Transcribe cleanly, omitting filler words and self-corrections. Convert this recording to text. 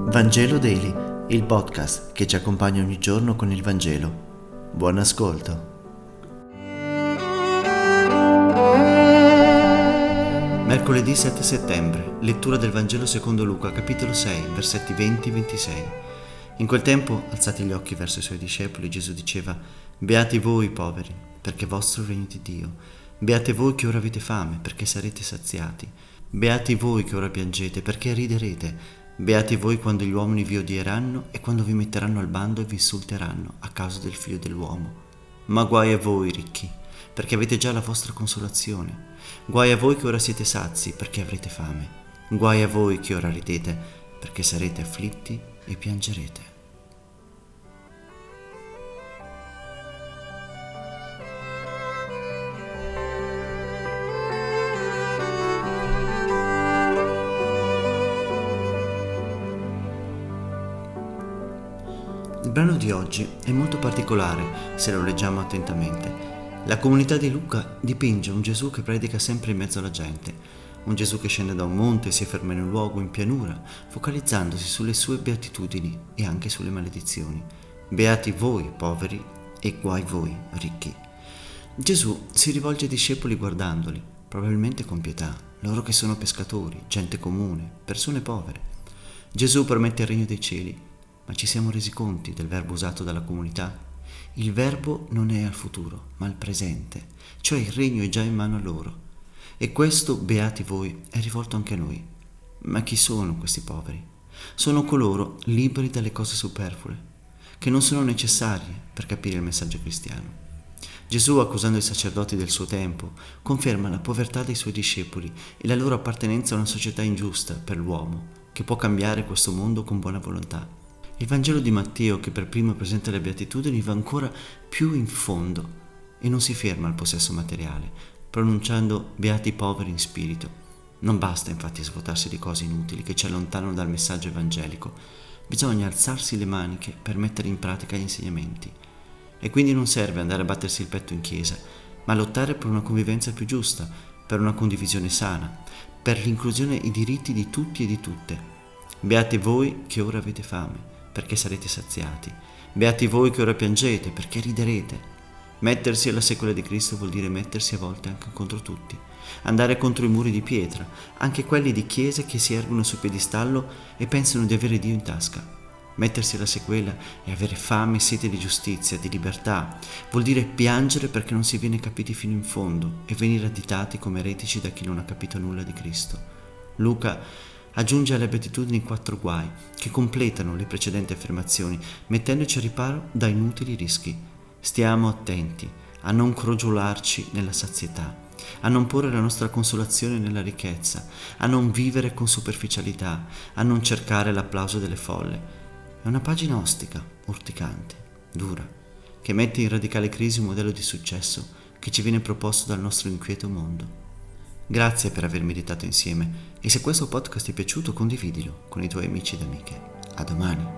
Vangelo Daily, il podcast che ci accompagna ogni giorno con il Vangelo. Buon ascolto. Mercoledì 7 settembre, lettura del Vangelo secondo Luca, capitolo 6, versetti 20-26. In quel tempo, alzati gli occhi verso i suoi discepoli, Gesù diceva: Beati voi poveri, perché vostro è il regno di Dio. Beati voi che ora avete fame, perché sarete saziati. Beati voi che ora piangete, perché riderete. Beati voi quando gli uomini vi odieranno e quando vi metteranno al bando e vi insulteranno a causa del Figlio dell'uomo. Ma guai a voi ricchi, perché avete già la vostra consolazione. Guai a voi che ora siete sazi, perché avrete fame. Guai a voi che ora ridete, perché sarete afflitti e piangerete. Il brano di oggi è molto particolare se lo leggiamo attentamente. La comunità di Luca dipinge un Gesù che predica sempre in mezzo alla gente, un Gesù che scende da un monte e si ferma in un luogo in pianura, focalizzandosi sulle sue beatitudini e anche sulle maledizioni. Beati voi poveri e guai voi ricchi. Gesù si rivolge ai discepoli guardandoli, probabilmente con pietà, loro che sono pescatori, gente comune, persone povere. Gesù promette il regno dei cieli. Ma ci siamo resi conti del verbo usato dalla comunità? Il verbo non è al futuro, ma al presente, cioè il regno è già in mano a loro. E questo, beati voi, è rivolto anche a noi. Ma chi sono questi poveri? Sono coloro liberi dalle cose superflue, che non sono necessarie per capire il messaggio cristiano. Gesù, accusando i sacerdoti del suo tempo, conferma la povertà dei suoi discepoli e la loro appartenenza a una società ingiusta per l'uomo, che può cambiare questo mondo con buona volontà. Il Vangelo di Matteo, che per primo presenta le beatitudini, va ancora più in fondo e non si ferma al possesso materiale, pronunciando beati i poveri in spirito. Non basta infatti svuotarsi di cose inutili che ci allontanano dal messaggio evangelico, bisogna alzarsi le maniche per mettere in pratica gli insegnamenti. E quindi non serve andare a battersi il petto in chiesa, ma lottare per una convivenza più giusta, per una condivisione sana, per l'inclusione e i diritti di tutti e di tutte. Beati voi che ora avete fame, perché sarete saziati. Beati voi che ora piangete, perché riderete. Mettersi alla sequela di Cristo vuol dire mettersi a volte anche contro tutti, andare contro i muri di pietra, anche quelli di chiese che si ergono sul piedistallo e pensano di avere Dio in tasca. Mettersi alla sequela e avere fame e sete di giustizia, di libertà, vuol dire piangere perché non si viene capiti fino in fondo e venire additati come eretici da chi non ha capito nulla di Cristo. Luca aggiunge alle beatitudini 4 guai che completano le precedenti affermazioni, mettendoci a riparo da inutili rischi. Stiamo attenti a non crogiolarci nella sazietà, a non porre la nostra consolazione nella ricchezza, a non vivere con superficialità, a non cercare l'applauso delle folle. È una pagina ostica, urticante, dura, che mette in radicale crisi un modello di successo che ci viene proposto dal nostro inquieto mondo. Grazie per aver meditato insieme e se questo podcast ti è piaciuto condividilo con i tuoi amici ed amiche. A domani.